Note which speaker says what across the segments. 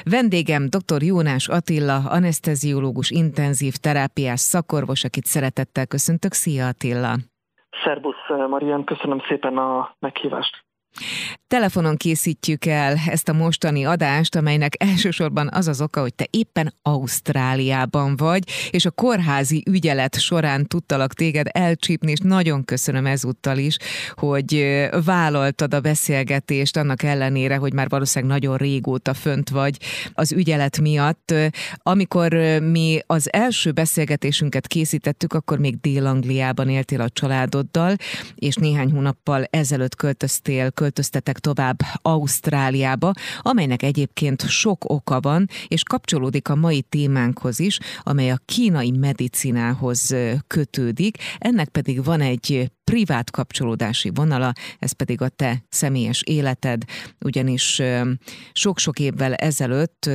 Speaker 1: Vendégem dr. Jónás Attila, aneszteziológus, intenzív terápiás szakorvos, akit szeretettel köszöntök. Szia Attila!
Speaker 2: Szerbusz, Marian, köszönöm szépen a meghívást.
Speaker 1: Telefonon készítjük el ezt a mostani adást, amelynek elsősorban az az oka, hogy te éppen Ausztráliában vagy, és a kórházi ügyelet során tudtalak téged elcsípni, és nagyon köszönöm ezúttal is, hogy vállaltad a beszélgetést, annak ellenére, hogy már valószínűleg nagyon régóta fönt vagy az ügyelet miatt. Amikor mi az első beszélgetésünket készítettük, akkor még Dél-Angliában éltél a családoddal, és néhány hónappal ezelőtt költöztetek tovább Ausztráliába, amelynek egyébként sok oka van, és kapcsolódik a mai témánkhoz is, amely a kínai medicinához kötődik. Ennek pedig van egy privát kapcsolódási vonala, ez pedig a te személyes életed, ugyanis sok-sok évvel ezelőtt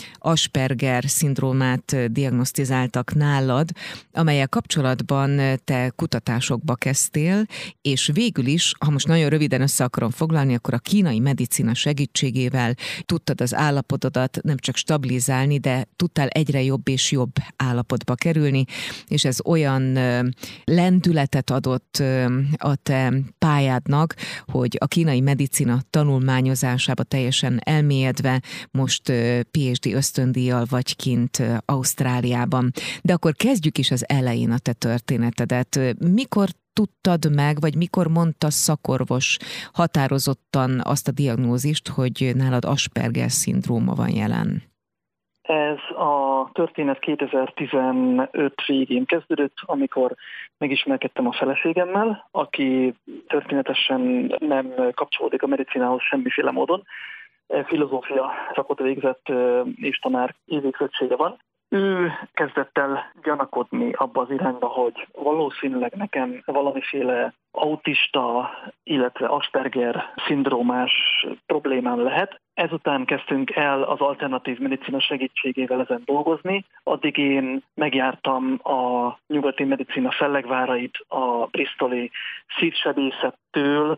Speaker 1: Asperger-szindrómát diagnosztizáltak nálad, amellyel kapcsolatban te kutatásokba kezdtél, és végül is, ha most nagyon röviden össze akarom foglalni, akkor a kínai medicina segítségével tudtad az állapotodat nem csak stabilizálni, de tudtál egyre jobb és jobb állapotba kerülni, és ez olyan lendületet adott a te pályádnak, hogy a kínai medicina tanulmányozásába teljesen elmélyedve most PhD ösztöndíjjal vagy kint Ausztráliában. De akkor kezdjük is az elején a te történetedet. Mikor tudtad meg, vagy mikor mondta szakorvos határozottan azt a diagnózist, hogy nálad Asperger-szindróma van jelen?
Speaker 2: Ez a történet 2015 végén kezdődött, amikor megismerkedtem a feleségemmel, aki történetesen nem kapcsolódik a medicinához semmiféle módon. Filozófia szakot végzett és tanár végzettsége van. Ő kezdett el gyanakodni abba az irányba, hogy valószínűleg nekem valamiféle autista, illetve Asperger-szindrómás problémám lehet. Ezután kezdtünk el az alternatív medicina segítségével ezen dolgozni. Addig én megjártam a nyugati medicina fellegvárait, a bristoli szívsebészettől,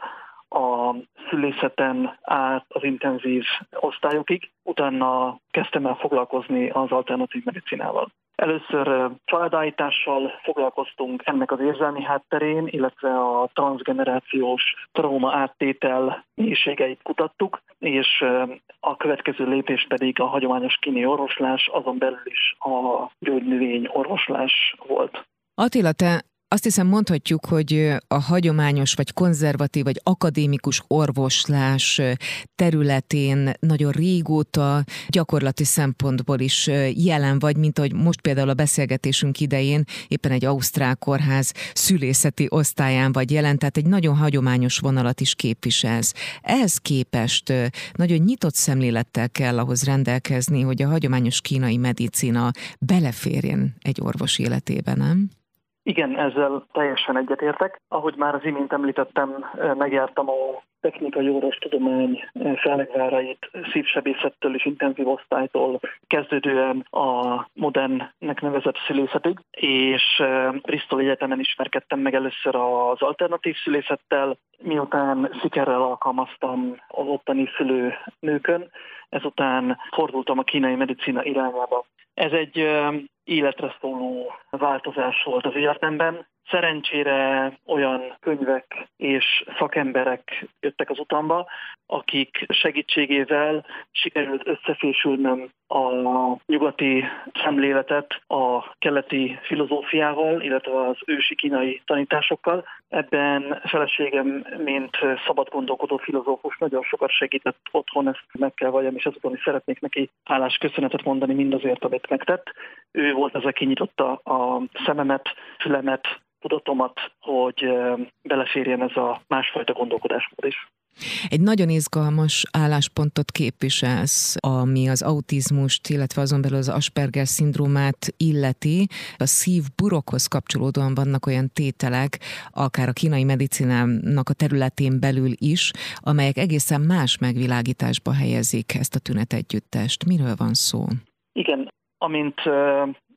Speaker 2: a szülészeten át az intenzív osztályokig, utána kezdtem el foglalkozni az alternatív medicinával. Először családállítással foglalkoztunk ennek az érzelmi hátterén, illetve a transzgenerációs trauma áttétel mélységeit kutattuk, és a következő lépés pedig a hagyományos kínai orvoslás, azon belül is a gyógynövény orvoslás volt.
Speaker 1: Attila, te azt hiszem mondhatjuk, hogy a hagyományos, vagy konzervatív, vagy akadémikus orvoslás területén nagyon régóta gyakorlati szempontból is jelen vagy, mint ahogy most például a beszélgetésünk idején éppen egy ausztrál kórház szülészeti osztályán vagy jelen, tehát egy nagyon hagyományos vonalat is képviselsz. Ehhez képest nagyon nyitott szemlélettel kell ahhoz rendelkezni, hogy a hagyományos kínai medicina beleférjen egy orvos életébe, nem?
Speaker 2: Igen, ezzel teljesen egyetértek. Ahogy már az imént említettem, megjártam a technikai orvostudomány fellegvárait szívsebészettől és intenzív osztálytól kezdődően a modernnek nevezett szülészetig, és Bristol Egyetemen ismerkedtem meg először az alternatív szülészettel, miután sikerrel alkalmaztam az ottani szülőnőkön, ezután fordultam a kínai medicina irányába. Ez egy életre szóló változás volt az életemben. Szerencsére olyan könyvek és szakemberek jöttek az utamba, akik segítségével sikerült összefésülnöm a nyugati szemléletet a keleti filozófiával, illetve az ősi kínai tanításokkal. Ebben feleségem, mint szabad gondolkodó filozófus nagyon sokat segített otthon, ezt meg kell valljam, és ezután is szeretnék neki hálás köszönetet mondani mindazért, amit megtett. Ő volt az, aki nyitotta a szememet, fülemet, tudatomat, hogy beleférjen ez a másfajta gondolkodásmód is.
Speaker 1: Egy nagyon izgalmas álláspontot képviselsz, ami az autizmust, illetve azon belül az Asperger-szindrómát illeti. A szívburokhoz kapcsolódóan vannak olyan tételek, akár a kínai medicinának a területén belül is, amelyek egészen más megvilágításba helyezik ezt a tünetegyüttest. Miről van szó?
Speaker 2: Igen, amint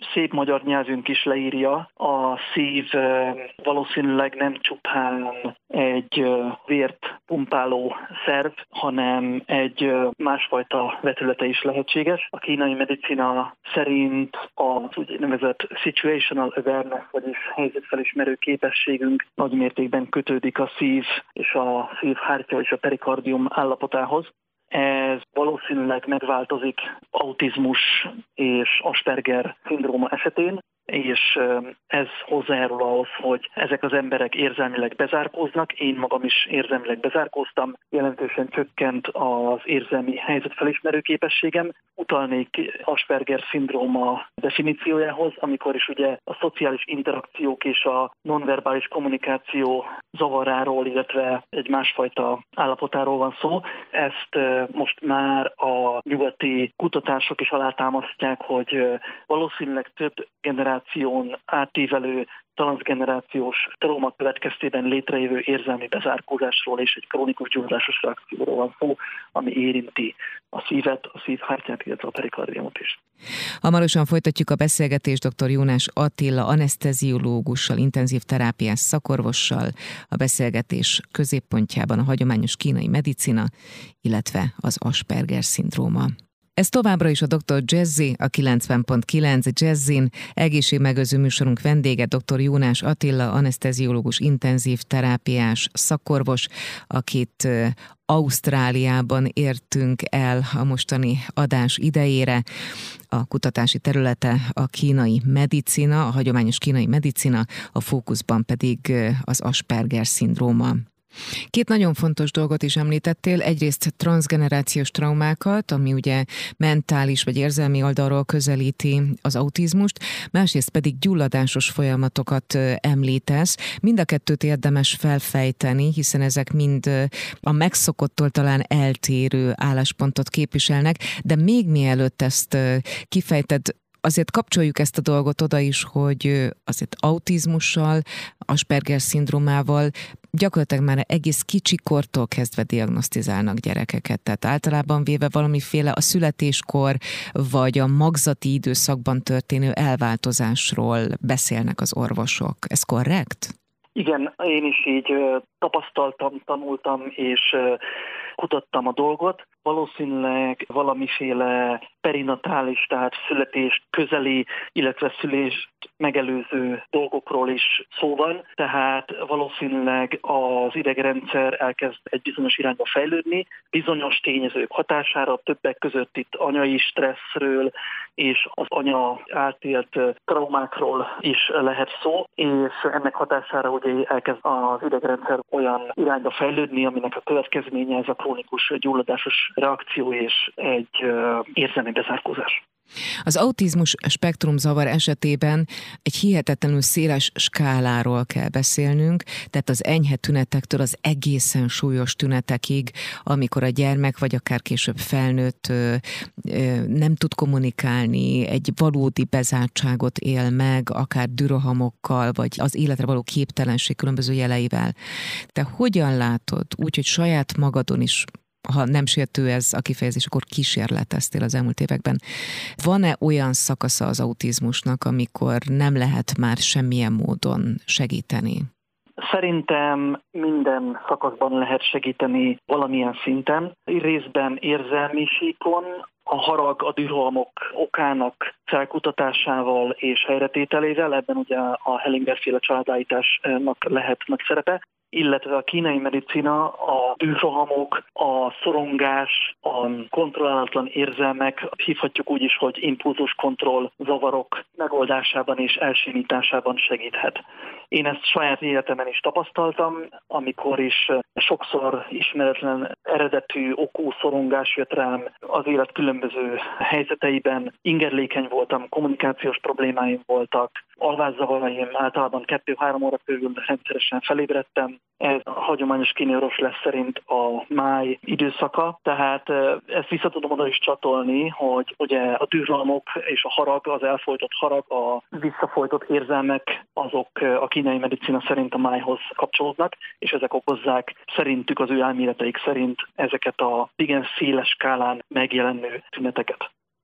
Speaker 2: szép magyar nyelvünk is leírja, a szív valószínűleg nem csupán egy vért pumpáló szerv, hanem egy másfajta vetülete is lehetséges. A kínai medicina szerint az úgynevezett situational awareness, vagyis helyzetfelismerő képességünk nagy mértékben kötődik a szív és a szívhártya és a perikardium állapotához. Ez valószínűleg megváltozik autizmus és Asperger szindróma esetén, és ez hozzájárul ahhoz, hogy ezek az emberek érzelmileg bezárkóznak, én magam is érzelmileg bezárkóztam, jelentősen csökkent az érzelmi helyzetfelismerő képességem. Utalnék Asperger szindróma definíciójához, amikor is ugye a szociális interakciók és a nonverbális kommunikáció zavaráról, illetve egy másfajta állapotáról van szó. Ezt most már a nyugati kutatások is alátámasztják, hogy valószínűleg több generáción átívelő transzgenerációs trauma következtében létrejövő érzelmi bezárkózásról és egy krónikus gyulladásos reakcióról van szó, ami érinti a szívet, a szívhártyát, illetve a perikardiumot is.
Speaker 1: Hamarosan folytatjuk a beszélgetést dr. Jónás Attila aneszteziológussal, intenzív terápiás szakorvossal. A beszélgetés középpontjában a hagyományos kínai medicina, illetve az Asperger-szindróma. Ez továbbra is a Dr. Jazzy, a 90.9 Jazzin. Egészségmegőrző műsorunk vendége dr. Jónás Attila, aneszteziológus, intenzív terápiás szakorvos, akit Ausztráliában értünk el a mostani adás idejére. A kutatási területe a kínai medicina, a hagyományos kínai medicina, a fókuszban pedig az Asperger-szindróma. Két nagyon fontos dolgot is említettél, egyrészt transzgenerációs traumákat, ami ugye mentális vagy érzelmi oldalról közelíti az autizmust, másrészt pedig gyulladásos folyamatokat említesz. Mind a kettőt érdemes felfejteni, hiszen ezek mind a megszokottól talán eltérő álláspontot képviselnek, de még mielőtt ezt kifejted, azért kapcsoljuk ezt a dolgot oda is, hogy azért autizmussal, Asperger-szindrómával gyakorlatilag már egész kicsi kortól kezdve diagnosztizálnak gyerekeket. Tehát általában véve valamiféle a születéskor vagy a magzati időszakban történő elváltozásról beszélnek az orvosok. Ez korrekt?
Speaker 2: Igen, én is így tapasztaltam, tanultam és kutattam a dolgot. Valószínűleg valamiféle perinatális, tehát születést közeli, illetve szülést megelőző dolgokról is szó van. Tehát valószínűleg az idegrendszer elkezd egy bizonyos irányba fejlődni, bizonyos tényezők hatására, többek között itt anyai stresszről és az anya átélt traumákról is lehet szó, és ennek hatására ugye elkezd az idegrendszer olyan irányba fejlődni, aminek a következménye ez a krónikus gyulladásos reakció és egy érzelmi bezárkózás.
Speaker 1: Az autizmus spektrumzavar esetében egy hihetetlenül széles skáláról kell beszélnünk, tehát az enyhe tünetektől az egészen súlyos tünetekig, amikor a gyermek vagy akár később felnőtt nem tud kommunikálni, egy valódi bezártságot él meg, akár dürohamokkal, vagy az életre való képtelenség különböző jeleivel. Te hogyan látod úgy, hogy saját magadon is, ha nem sértő ez a kifejezés, akkor kísérleteztél az elmúlt években. Van-e olyan szakasza az autizmusnak, amikor nem lehet már semmilyen módon segíteni?
Speaker 2: Szerintem minden szakaszban lehet segíteni valamilyen szinten. Részben érzelmi síkon, a harag, a dührohamok okának felkutatásával és helyretételével, ebben ugye a Hellinger-féle családállításnak lehet nagy szerepe, illetve a kínai medicina a dührohamok, a szorongás, a kontrollálatlan érzelmek, hívhatjuk úgy is, hogy impulzus kontroll zavarok megoldásában és elsimításában segíthet. Én ezt saját életemben is tapasztaltam, amikor is sokszor ismeretlen eredetű okú szorongás jött rám az élet különböző helyzeteiben, ingerlékeny voltam, kommunikációs problémáim voltak, alvászavaraim, általában 2-3 óra körül rendszeresen felébredtem. Ez a hagyományos kínai orvoslás szerint a máj időszaka, tehát ezt vissza tudom oda is csatolni, hogy ugye a dührohamok és a harag, az elfojtott harag, a visszafojtott érzelmek, azok a kínai medicina szerint a májhoz kapcsolódnak, és ezek okozzák szerintük, az ő elméleteik szerint ezeket a igen széles skálán megjelenő tüneteket.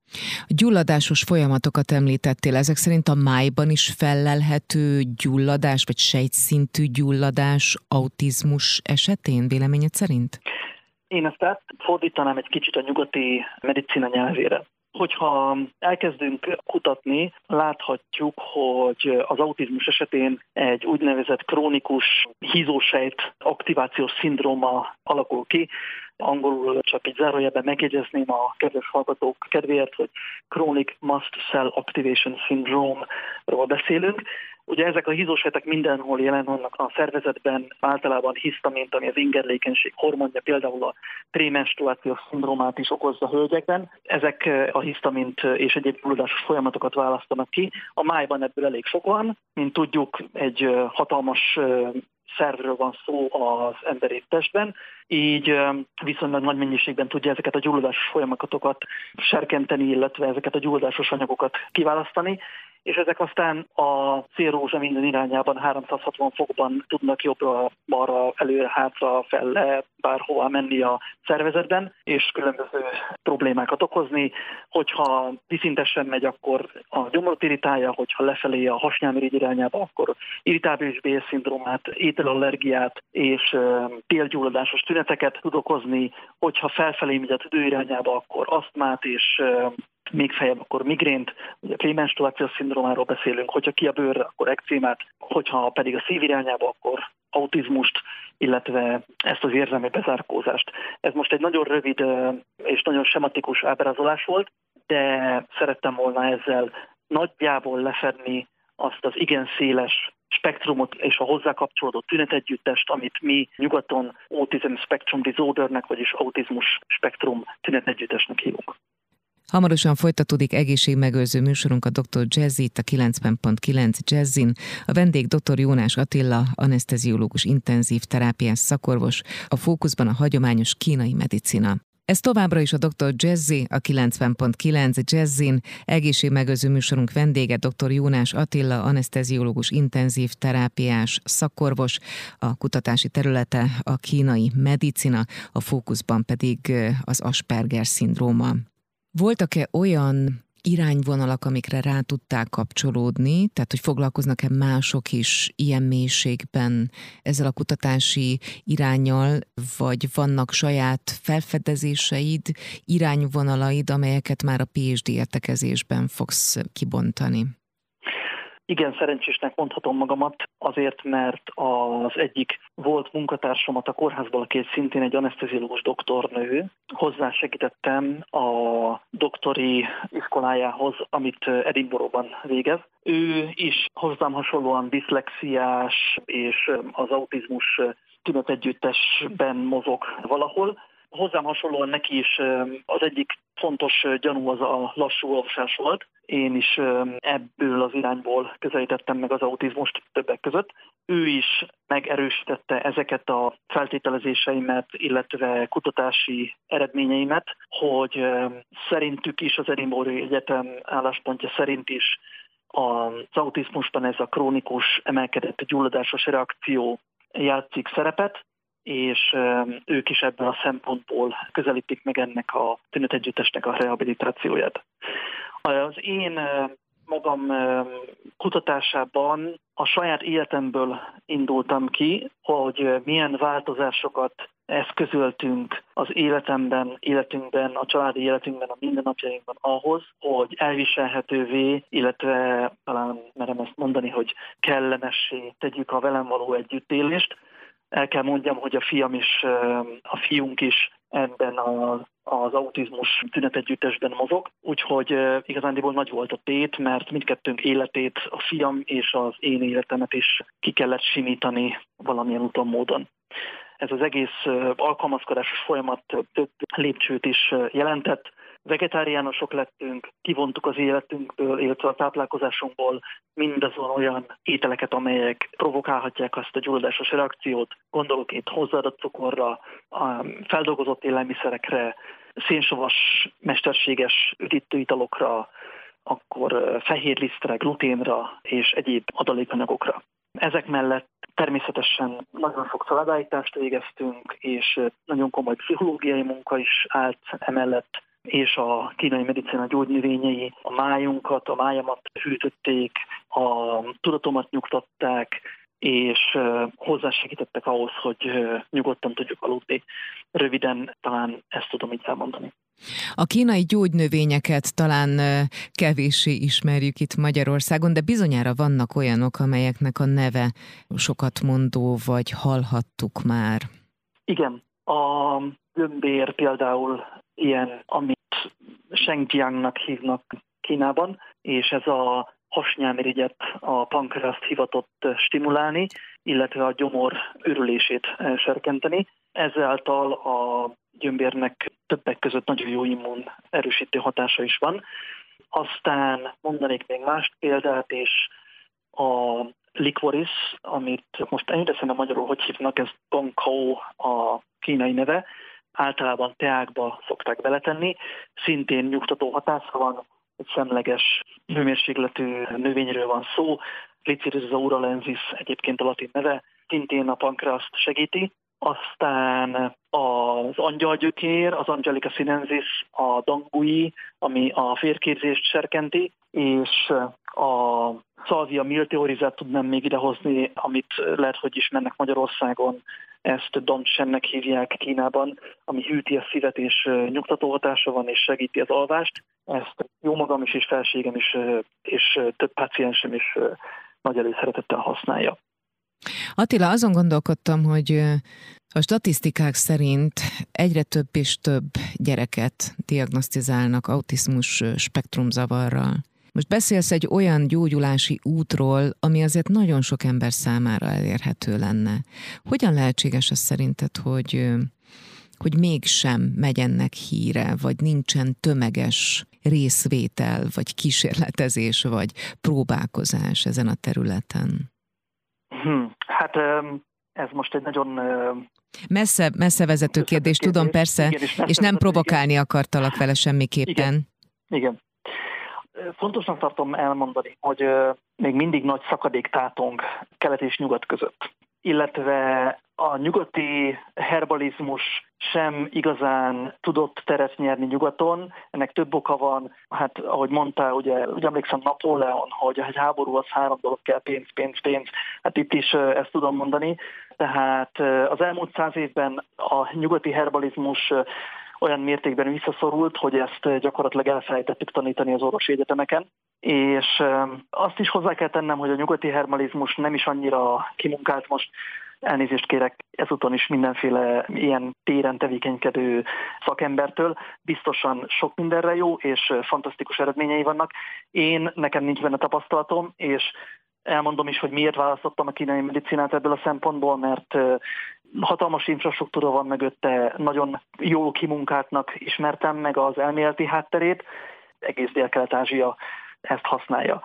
Speaker 1: A gyulladásos folyamatokat említettél, ezek szerint a májban is fellelhető gyulladás, vagy sejtszintű gyulladás autizmus esetén, véleményed szerint?
Speaker 2: Én ezt átfordítanám egy kicsit a nyugati medicina nyelvére. Hogyha elkezdünk kutatni, láthatjuk, hogy az autizmus esetén egy úgynevezett krónikus hízósejt aktivációs szindróma alakul ki. Angolul csak egy zárójelben megjegyezném a kedves hallgatók kedvéért, hogy Chronic Mast Cell Activation Syndrome-ról beszélünk. Ugye ezek a hízósejtek mindenhol jelen vannak a szervezetben, általában hisztamint, ami az ingerlékenység hormonja, például a prémenstruációs szindrómát is okozza hölgyekben. Ezek a hisztamint és egyéb gyulladásos folyamatokat választanak ki. A májban ebből elég sok van. Mint tudjuk, egy hatalmas szervről van szó az emberi testben, így viszonylag nagy mennyiségben tudja ezeket a gyulladásos folyamatokat serkenteni, illetve ezeket a gyulladásos anyagokat kiválasztani, és ezek aztán a célrózsa minden irányában 360 fokban tudnak jobbra-balra, előre-hátra, felle, bárhova menni a szervezetben, és különböző problémákat okozni. Hogyha viszintesen megy, akkor a gyomrot irritálja, hogyha lefelé a hasnyálmirigy irányába, akkor irritábilis bélszindrómát, ételallergiát és télgyulladásos tüneteket tud okozni. Hogyha felfelé megy a tüdő irányába, akkor asztmát és még feljebb, akkor migrént, ugye prémenstruációs szindrómáról beszélünk, hogyha ki a bőrre, akkor ekcémát, hogyha pedig a szív irányába, akkor autizmust, illetve ezt az érzelmi bezárkózást. Ez most egy nagyon rövid és nagyon sematikus ábrázolás volt, de szerettem volna ezzel nagyjából lefedni azt az igen széles spektrumot és a hozzá kapcsolódó tünetegyüttest, amit mi nyugaton Autism Spectrum Disordernek, vagyis autizmus spektrum tünetegyüttesnek hívunk.
Speaker 1: Hamarosan folytatódik egészségmegőrző műsorunk a Dr. Jazzy itt a 90.9 Jazzin. A vendég dr. Jónás Attila, aneszteziológus, intenzív terápiás szakorvos, a fókuszban a hagyományos kínai medicina. Ez továbbra is a Dr. Jazzy, a 90.9 Jazzin. Egészségmegőrző műsorunk vendége dr. Jónás Attila, aneszteziológus, intenzív terápiás szakorvos, a kutatási területe a kínai medicina, a fókuszban pedig az Asperger-szindróma. Voltak-e olyan irányvonalak, amikre rá tudták kapcsolódni, tehát hogy foglalkoznak-e mások is ilyen mélységben ezzel a kutatási iránnyal, vagy vannak saját felfedezéseid, irányvonalaid, amelyeket már a PhD értekezésben fogsz kibontani?
Speaker 2: Igen, szerencsésnek mondhatom magamat, azért, mert az egyik volt munkatársamat a kórházból, aki szintén egy aneszteziológus doktornő, hozzásegítettem a doktori iskolájához, amit Edinburghban végez. Ő is hozzám hasonlóan diszlexiás és az autizmus tünetegyüttesben mozog valahol. Hozzám hasonlóan neki is az egyik fontos gyanú az a lassú olvasás volt. Én is ebből az irányból közelítettem meg az autizmust többek között. Ő is megerősítette ezeket a feltételezéseimet, illetve kutatási eredményeimet, hogy szerintük is az Edinburghi Egyetem álláspontja szerint is az autizmusban ez a krónikus emelkedett gyulladásos reakció játszik szerepet, és ők is ebből a szempontból közelítik meg ennek a tünetegyüttesnek a rehabilitációját. Az én magam kutatásában a saját életemből indultam ki, hogy milyen változásokat eszközöltünk az életünkben, a családi életünkben, a mindennapjainkban ahhoz, hogy elviselhetővé, illetve talán merem ezt mondani, hogy kellemessé tegyük a velem való együttélést. El kell mondjam, hogy a fiunk is ebben az autizmus tünetegyüttesben mozog, úgyhogy igazándiból nagy volt a tét, mert mindkettőnk életét, a fiam és az én életemet is ki kellett simítani valamilyen úton, módon. Ez az egész alkalmazkodásos folyamat több lépcsőt is jelentett. Vegetáriánusok lettünk, kivontuk az életünkből, illetve a táplálkozásunkból mindazon olyan ételeket, amelyek provokálhatják azt a gyulladásos reakciót. Gondolok itt hozzáadott cukorra, a feldolgozott élelmiszerekre, szénsavas, mesterséges üdítőitalokra, akkor fehérlisztre, gluténra és egyéb adalékanyagokra. Ezek mellett természetesen nagyon sok családállítást végeztünk, és nagyon komoly pszichológiai munka is állt emellett. és a kínai medicina gyógynövényei a májunkat, a májamat hűtötték, a tudatomat nyugtatták, és hozzásegítettek ahhoz, hogy nyugodtan tudjuk aludni. Röviden talán ezt tudom így elmondani.
Speaker 1: A kínai gyógynövényeket talán kevéssé ismerjük itt Magyarországon, de bizonyára vannak olyanok, amelyeknek a neve sokat mondó, vagy hallhattuk már. Igen,
Speaker 2: a gömbér például ilyen, amit Shengjiangnak hívnak Kínában, és ez a hasnyálmirigyet, a pankreaszt hivatott stimulálni, illetve a gyomor őrülését serkenteni. Ezáltal a gyömbérnek többek között nagyon jó immun erősítő hatása is van. Aztán mondanék még más példát, és a licorice, amit most elhiszem a magyarul, hogy hívnak, ez gongkou a kínai neve, általában teákba szokták beletenni, szintén nyugtató hatása van, egy semleges hőmérsékletű növényről van szó, Lycyrrhiza uralensis egyébként a latin neve, szintén a pankreaszt segíti. Aztán az angyalgyökér, az Angelica sinensis, a dangui, ami a férképzést serkenti, és a Salvia milteorizát tudnám még idehozni, amit lehet, hogy ismernek Magyarországon, ezt Dongzhennek hívják Kínában, ami hűti a szívet és nyugtató hatása van és segíti az alvást. Ezt jó magam is és felségem is, és több páciensem is nagy előszeretettel használja.
Speaker 1: Attila, azon gondolkodtam, hogy a statisztikák szerint egyre több és több gyereket diagnosztizálnak autizmus spektrumzavarral. Most beszélsz egy olyan gyógyulási útról, ami azért nagyon sok ember számára elérhető lenne. Hogyan lehetséges az szerinted, hogy mégsem megy ennek híre, vagy nincsen tömeges részvétel, vagy kísérletezés, vagy próbálkozás ezen a területen?
Speaker 2: Hát ez most egy nagyon...
Speaker 1: Messze vezető kérdés, tudom persze, igen, és nem provokálni akartalak vele semmiképpen.
Speaker 2: Igen. Fontosnak tartom elmondani, hogy még mindig nagy szakadék tátong kelet és nyugat között. Illetve a nyugati herbalizmus sem igazán tudott teret nyerni nyugaton. Ennek több oka van. Hát, ahogy mondtál, ugye emlékszem Napóleon, hogy egy háború az 3 dolog kell, pénz. Hát itt is ezt tudom mondani. Tehát az elmúlt 100 évben a nyugati herbalizmus olyan mértékben visszaszorult, hogy ezt gyakorlatilag elfelejtettük tanítani az orvosi egyetemeken. És azt is hozzá kell tennem, hogy a nyugati herbalizmus nem is annyira kimunkált most. Elnézést kérek ezúton is mindenféle ilyen téren tevékenykedő szakembertől. Biztosan sok mindenre jó, és fantasztikus eredményei vannak. Nekem nincs benne tapasztalatom, és elmondom is, hogy miért választottam a kínai medicinát ebből a szempontból, mert hatalmas infrastruktúra van mögötte, nagyon jó kimunkáltnak ismertem meg az elméleti hátterét, egész Dél-Kelet-Ázsia ezt használja.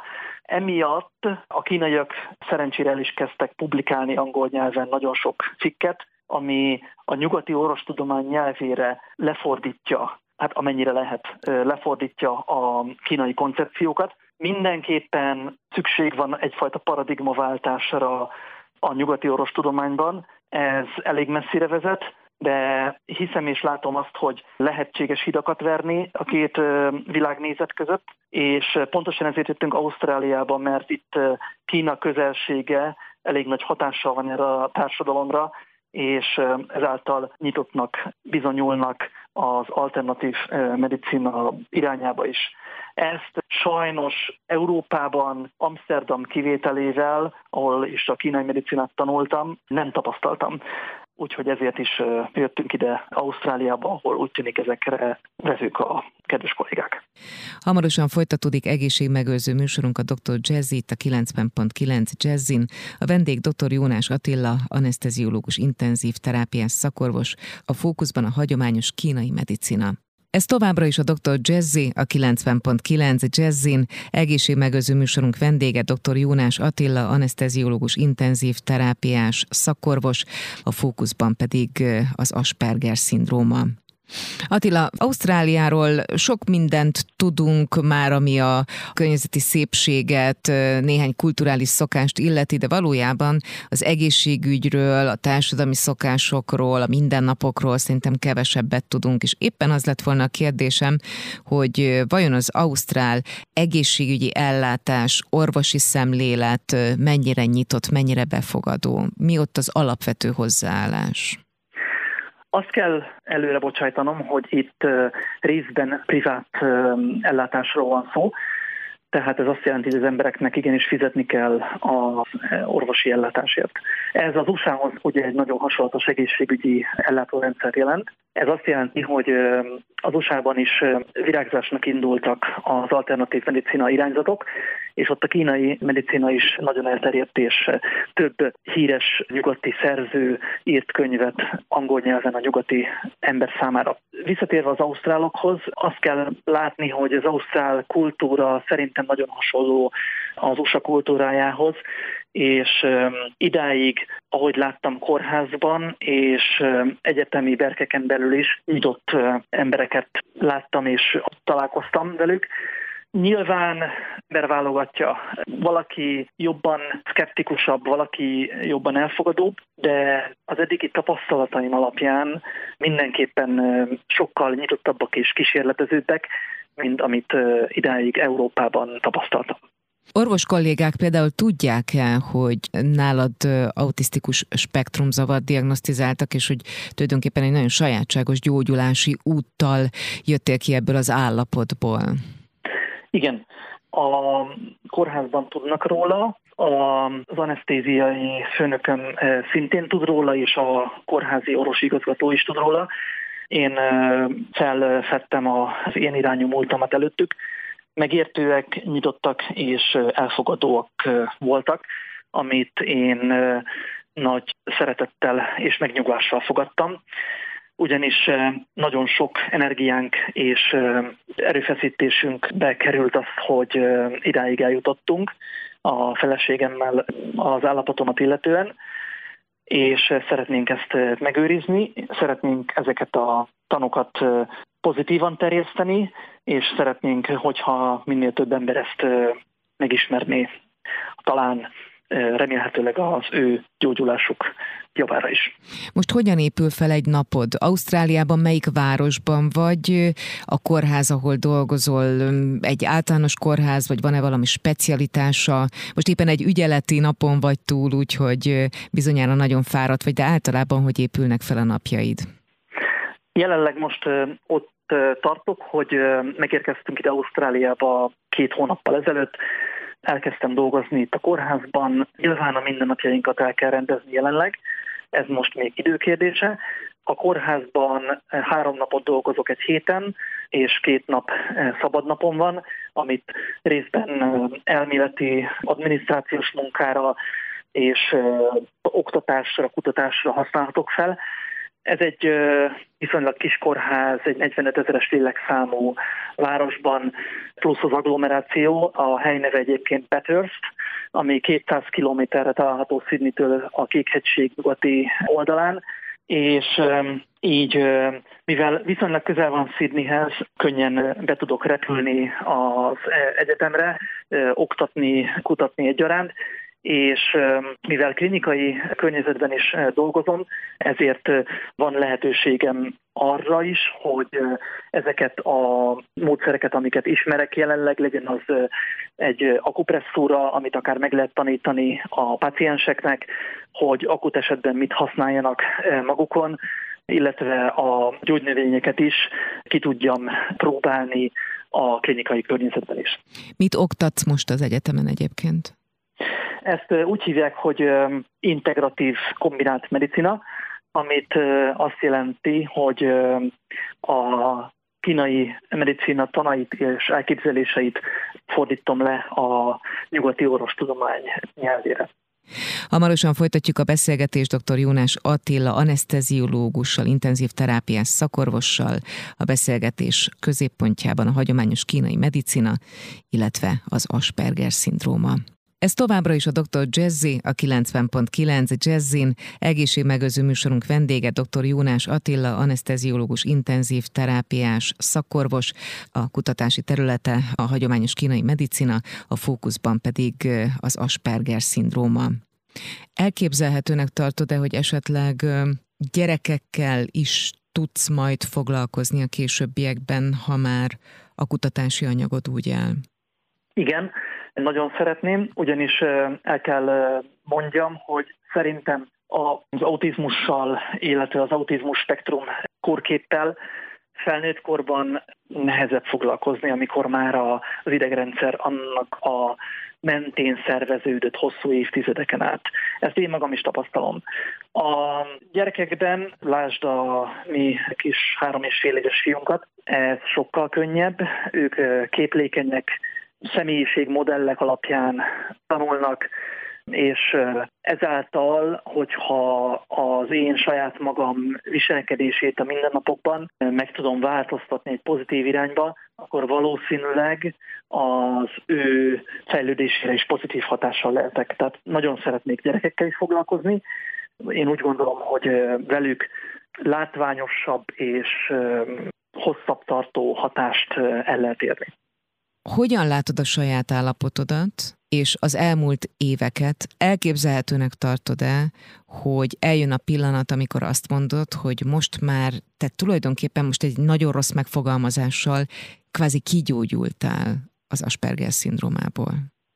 Speaker 2: Emiatt a kínaiak szerencsére el is kezdtek publikálni angol nyelven nagyon sok cikket, ami a nyugati orvostudomány nyelvére lefordítja, hát amennyire lehet, lefordítja a kínai koncepciókat. Mindenképpen szükség van egyfajta paradigmaváltásra a nyugati orvostudományban, ez elég messzire vezet, de hiszem és látom azt, hogy lehetséges hidakat verni a két világnézet között, és pontosan ezért jöttünk Ausztráliába, mert itt Kína közelsége elég nagy hatással van erre a társadalomra, és ezáltal nyitottnak bizonyulnak az alternatív medicina irányába is. Ezt sajnos Európában, Amszterdam kivételével, ahol is a kínai medicinát tanultam, nem tapasztaltam. Úgyhogy ezért is jöttünk ide Ausztráliába, ahol úgy tűnik ezekre vevők a kedves kollégák.
Speaker 1: Hamarosan folytatódik egészségmegőrző műsorunk a Dr. Jazzy itt a 90.9 Jazzin. A vendég Dr. Jónás Attila, aneszteziológus intenzív terápiás szakorvos, a fókuszban a hagyományos kínai medicina. Ez továbbra is a Dr. Jazzy, a 90.9 Jazzin. Egészségmegőrző műsorunk vendége Dr. Jónás Attila, aneszteziológus intenzív terápiás szakorvos, a fókuszban pedig az Asperger-szindróma. Attila, Ausztráliáról sok mindent tudunk már, ami a környezeti szépséget, néhány kulturális szokást illeti, de valójában az egészségügyről, a társadalmi szokásokról, a mindennapokról szerintem kevesebbet tudunk, és éppen az lett volna a kérdésem, hogy vajon az ausztrál egészségügyi ellátás, orvosi szemlélet mennyire nyitott, mennyire befogadó? Mi ott az alapvető hozzáállás?
Speaker 2: Azt kell előre bocsájtanom, hogy itt részben privát ellátásról van szó, tehát ez azt jelenti, hogy az embereknek igenis fizetni kell az orvosi ellátásért. Ez az USA-hoz ugye egy nagyon hasonlatos egészségügyi ellátórendszer jelent. Ez azt jelenti, hogy az USA-ban is virágzásnak indultak az alternatív medicina irányzatok, és ott a kínai medicina is nagyon elterjedt, és több híres nyugati szerző írt könyvet angol nyelven a nyugati ember számára. Visszatérve az ausztrálokhoz, azt kell látni, hogy az ausztrál kultúra szerintem nagyon hasonló az USA kultúrájához, és idáig, ahogy láttam kórházban, és egyetemi berkeken belül is nyitott embereket láttam, és találkoztam velük. Nyilván ember válogatja, valaki jobban szkeptikusabb, valaki jobban elfogadóbb, de az eddigi tapasztalataim alapján mindenképpen sokkal nyitottabbak és kísérletezőbbek, mint amit idáig Európában tapasztaltam.
Speaker 1: Orvos kollégák például tudják-e, hogy nálad autisztikus spektrumzavart diagnosztizáltak, és hogy tulajdonképpen egy nagyon sajátságos gyógyulási úttal jöttél ki ebből az állapotból? Igen, a kórházban tudnak róla, az anesztéziai főnököm szintén tud róla, és a kórházi orvosigazgató is tud róla. Én felfedtem az ilyen irányú múltamat előttük. Megértőek, nyitottak és elfogadóak voltak, amit én nagy szeretettel és megnyugvással fogadtam. Ugyanis nagyon sok energiánk és erőfeszítésünkbe került az, hogy idáig eljutottunk a feleségemmel az állapotomat illetően, és szeretnénk ezt megőrizni, szeretnénk ezeket a tanokat pozitívan terjeszteni, és szeretnénk, hogyha minél több ember ezt megismerné, talán remélhetőleg az ő gyógyulásuk javára is. Most hogyan épül fel egy napod? Ausztráliában melyik városban vagy? A kórház, ahol dolgozol, egy általános kórház, vagy van-e valami specialitása? Most éppen egy ügyeleti napon vagy túl, úgyhogy bizonyára nagyon fáradt vagy, de általában hogy épülnek fel a napjaid?
Speaker 2: Jelenleg most ott tartok, hogy megérkeztünk ide Ausztráliába 2 hónappal ezelőtt. Elkezdtem dolgozni itt a kórházban, nyilván a mindennapjainkat el kell rendezni jelenleg, ez most még időkérdése. A kórházban 3 napot dolgozok egy héten, és 2 nap szabadnapom van, amit részben elméleti, adminisztrációs munkára és oktatásra, kutatásra használhatok fel. Ez egy viszonylag kis kórház, egy 45 000-es lélekszámú városban, plusz az agglomeráció, a helyneve egyébként Bathurst, ami 200 kilométerre található Sydneytől a Kékhegység nyugati oldalán, és így, mivel viszonylag közel van Sydneyhez, könnyen be tudok repülni az egyetemre, oktatni, kutatni egyaránt, és mivel klinikai környezetben is dolgozom, ezért van lehetőségem arra is, hogy ezeket a módszereket, amiket ismerek jelenleg, legyen az egy akupresszúra, amit akár meg lehet tanítani a pácienseknek, hogy akut esetben mit használjanak magukon, illetve a gyógynövényeket is ki tudjam próbálni a klinikai környezetben is.
Speaker 1: Mit oktatsz most az egyetemen egyébként?
Speaker 2: Ezt úgy hívják, hogy integratív kombinált medicina, amit azt jelenti, hogy a kínai medicina tanait és elképzeléseit fordítom le a nyugati orvostudomány nyelvére.
Speaker 1: Hamarosan folytatjuk a beszélgetést dr. Jónás Attila aneszteziológussal, intenzív terápiás szakorvossal. A beszélgetés középpontjában a hagyományos kínai medicina, illetve az Asperger-szindróma. Ez továbbra is a Dr. Jazzy, a 90.9 Jazzin. Egészségmegőrző műsorunk vendége dr. Jónás Attila, aneszteziológus, intenzív terápiás szakorvos, a kutatási területe a hagyományos kínai medicina, a fókuszban pedig az Asperger-szindróma. Elképzelhetőnek tartod-e, hogy esetleg gyerekekkel is tudsz majd foglalkozni a későbbiekben, ha már a kutatási anyagod úgy áll?
Speaker 2: Igen, nagyon szeretném, ugyanis el kell mondjam, hogy szerintem az autizmussal, illetve az autizmus spektrum kórképpel felnőtt korban nehezebb foglalkozni, amikor már az idegrendszer annak a mentén szerveződött hosszú évtizedeken át. Ezt én magam is tapasztalom. A gyerekekben, lásd a mi kis 3,5 éves fiunkat, ez sokkal könnyebb, ők képlékenyek, személyiségmodellek alapján tanulnak, és ezáltal, hogyha az én saját magam viselkedését a mindennapokban meg tudom változtatni egy pozitív irányba, akkor valószínűleg az ő fejlődésére is pozitív hatással lehetek. Tehát nagyon szeretnék gyerekekkel is foglalkozni. Én úgy gondolom, hogy velük látványosabb és hosszabb tartó hatást el lehet érni.
Speaker 1: Hogyan látod a saját állapotodat, és az elmúlt éveket? Elképzelhetőnek tartod-e, hogy eljön a pillanat, amikor azt mondod, hogy most már te tulajdonképpen most egy nagyon rossz megfogalmazással kvázi kigyógyultál az Asperger-szindrómából?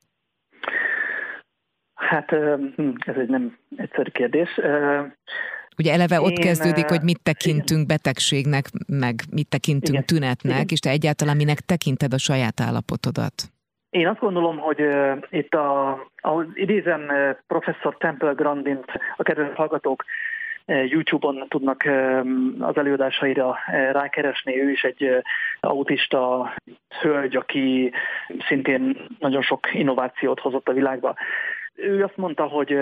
Speaker 2: Hát ez egy nem egyszerű kérdés.
Speaker 1: Ugye eleve ott kezdődik, hogy mit tekintünk betegségnek, meg mit tekintünk tünetnek, és te egyáltalán minek tekinted a saját állapotodat?
Speaker 2: Én azt gondolom, hogy itt ahogy idézem professzor Temple Grandint, a kedves hallgatók YouTube-on tudnak az előadásaira rákeresni. Ő is egy autista hölgy, aki szintén nagyon sok innovációt hozott a világba. Ő azt mondta, hogy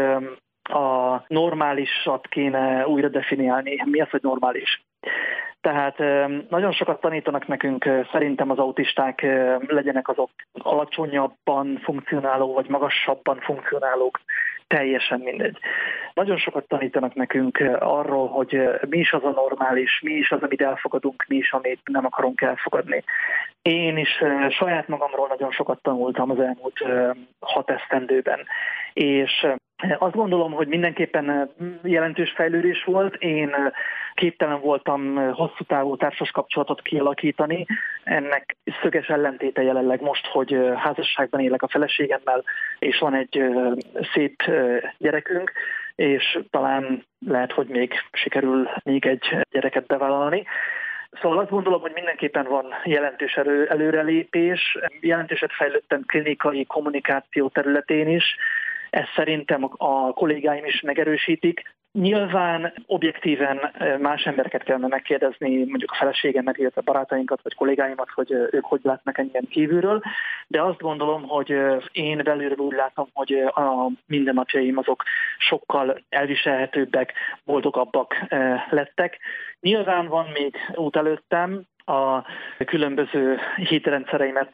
Speaker 2: a normálisat kéne újra definiálni. Mi az, hogy normális? Tehát nagyon sokat tanítanak nekünk, szerintem az autisták, legyenek azok alacsonyabban funkcionáló, vagy magasabban funkcionálók, teljesen mindegy. Nagyon sokat tanítanak nekünk arról, hogy mi is az a normális, mi is az, amit elfogadunk, mi is, amit nem akarunk elfogadni. Én is saját magamról nagyon sokat tanultam az elmúlt 6 esztendőben, és azt gondolom, hogy mindenképpen jelentős fejlődés volt. Én képtelen voltam hosszú távú társas kapcsolatot kialakítani. Ennek szöges ellentéte jelenleg most, hogy házasságban élek a feleségemmel, és van egy szép gyerekünk, és talán lehet, hogy még sikerül még egy gyereket bevállalni. Szóval azt gondolom, hogy mindenképpen van jelentős előrelépés. Jelentőset fejlődtem klinikai kommunikáció területén is. Ezt szerintem a kollégáim is megerősítik. Nyilván objektíven más embereket kellene megkérdezni, mondjuk a feleségemet, illetve barátainkat, vagy kollégáimat, hogy ők hogy látnak engem kívülről, de azt gondolom, hogy én belülről úgy látom, hogy a mindennapjaim azok sokkal elviselhetőbbek, boldogabbak lettek. Nyilván van még út előttem, a különböző hitrendszereimet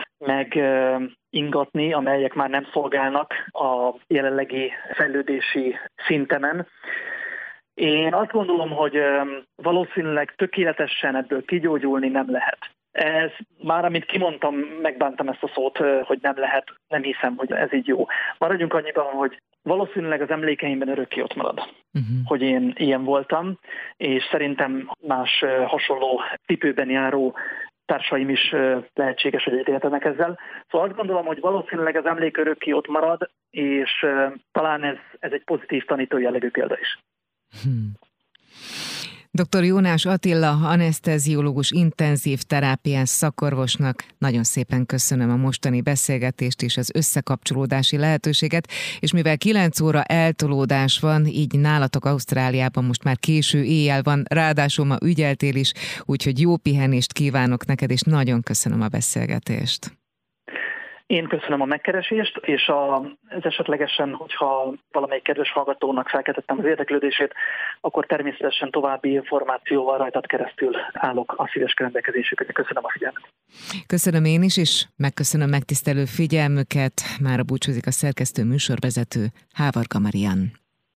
Speaker 2: megingatni, amelyek már nem szolgálnak a jelenlegi fejlődési szintemen. Én azt gondolom, hogy valószínűleg tökéletesen ebből kigyógyulni nem lehet. Ez már, amit kimondtam, megbántam ezt a szót, hogy nem lehet, nem hiszem, hogy ez így jó. Maradjunk annyiban, hogy valószínűleg az emlékeimben örökké ott marad, hogy én ilyen voltam, és szerintem más hasonló cipőben járó társaim is lehetséges, hogy egyetértenek ezzel. Szóval azt gondolom, hogy valószínűleg az emlék örökké ott marad, és talán ez egy pozitív tanító jellegű példa is.
Speaker 1: Dr. Jónás Attila, aneszteziológus, intenzív terápiás szakorvosnak nagyon szépen köszönöm a mostani beszélgetést és az összekapcsolódási lehetőséget, és mivel 9 óra eltolódás van, így nálatok Ausztráliában most már késő éjjel van, ráadásul ma ügyeltél is, úgyhogy jó pihenést kívánok neked, és nagyon köszönöm a beszélgetést.
Speaker 2: Én köszönöm a megkeresést, és ez esetlegesen, hogyha valamelyik kedves hallgatónak felkeltettem az érdeklődését, akkor természetesen további információval rajtad keresztül állok a szíves rendelkezésükre. Köszönöm a figyelmet.
Speaker 1: Köszönöm én is, és megköszönöm megtisztelő figyelmüket. Mára búcsúzik a szerkesztő műsorvezető Hávarga Marian.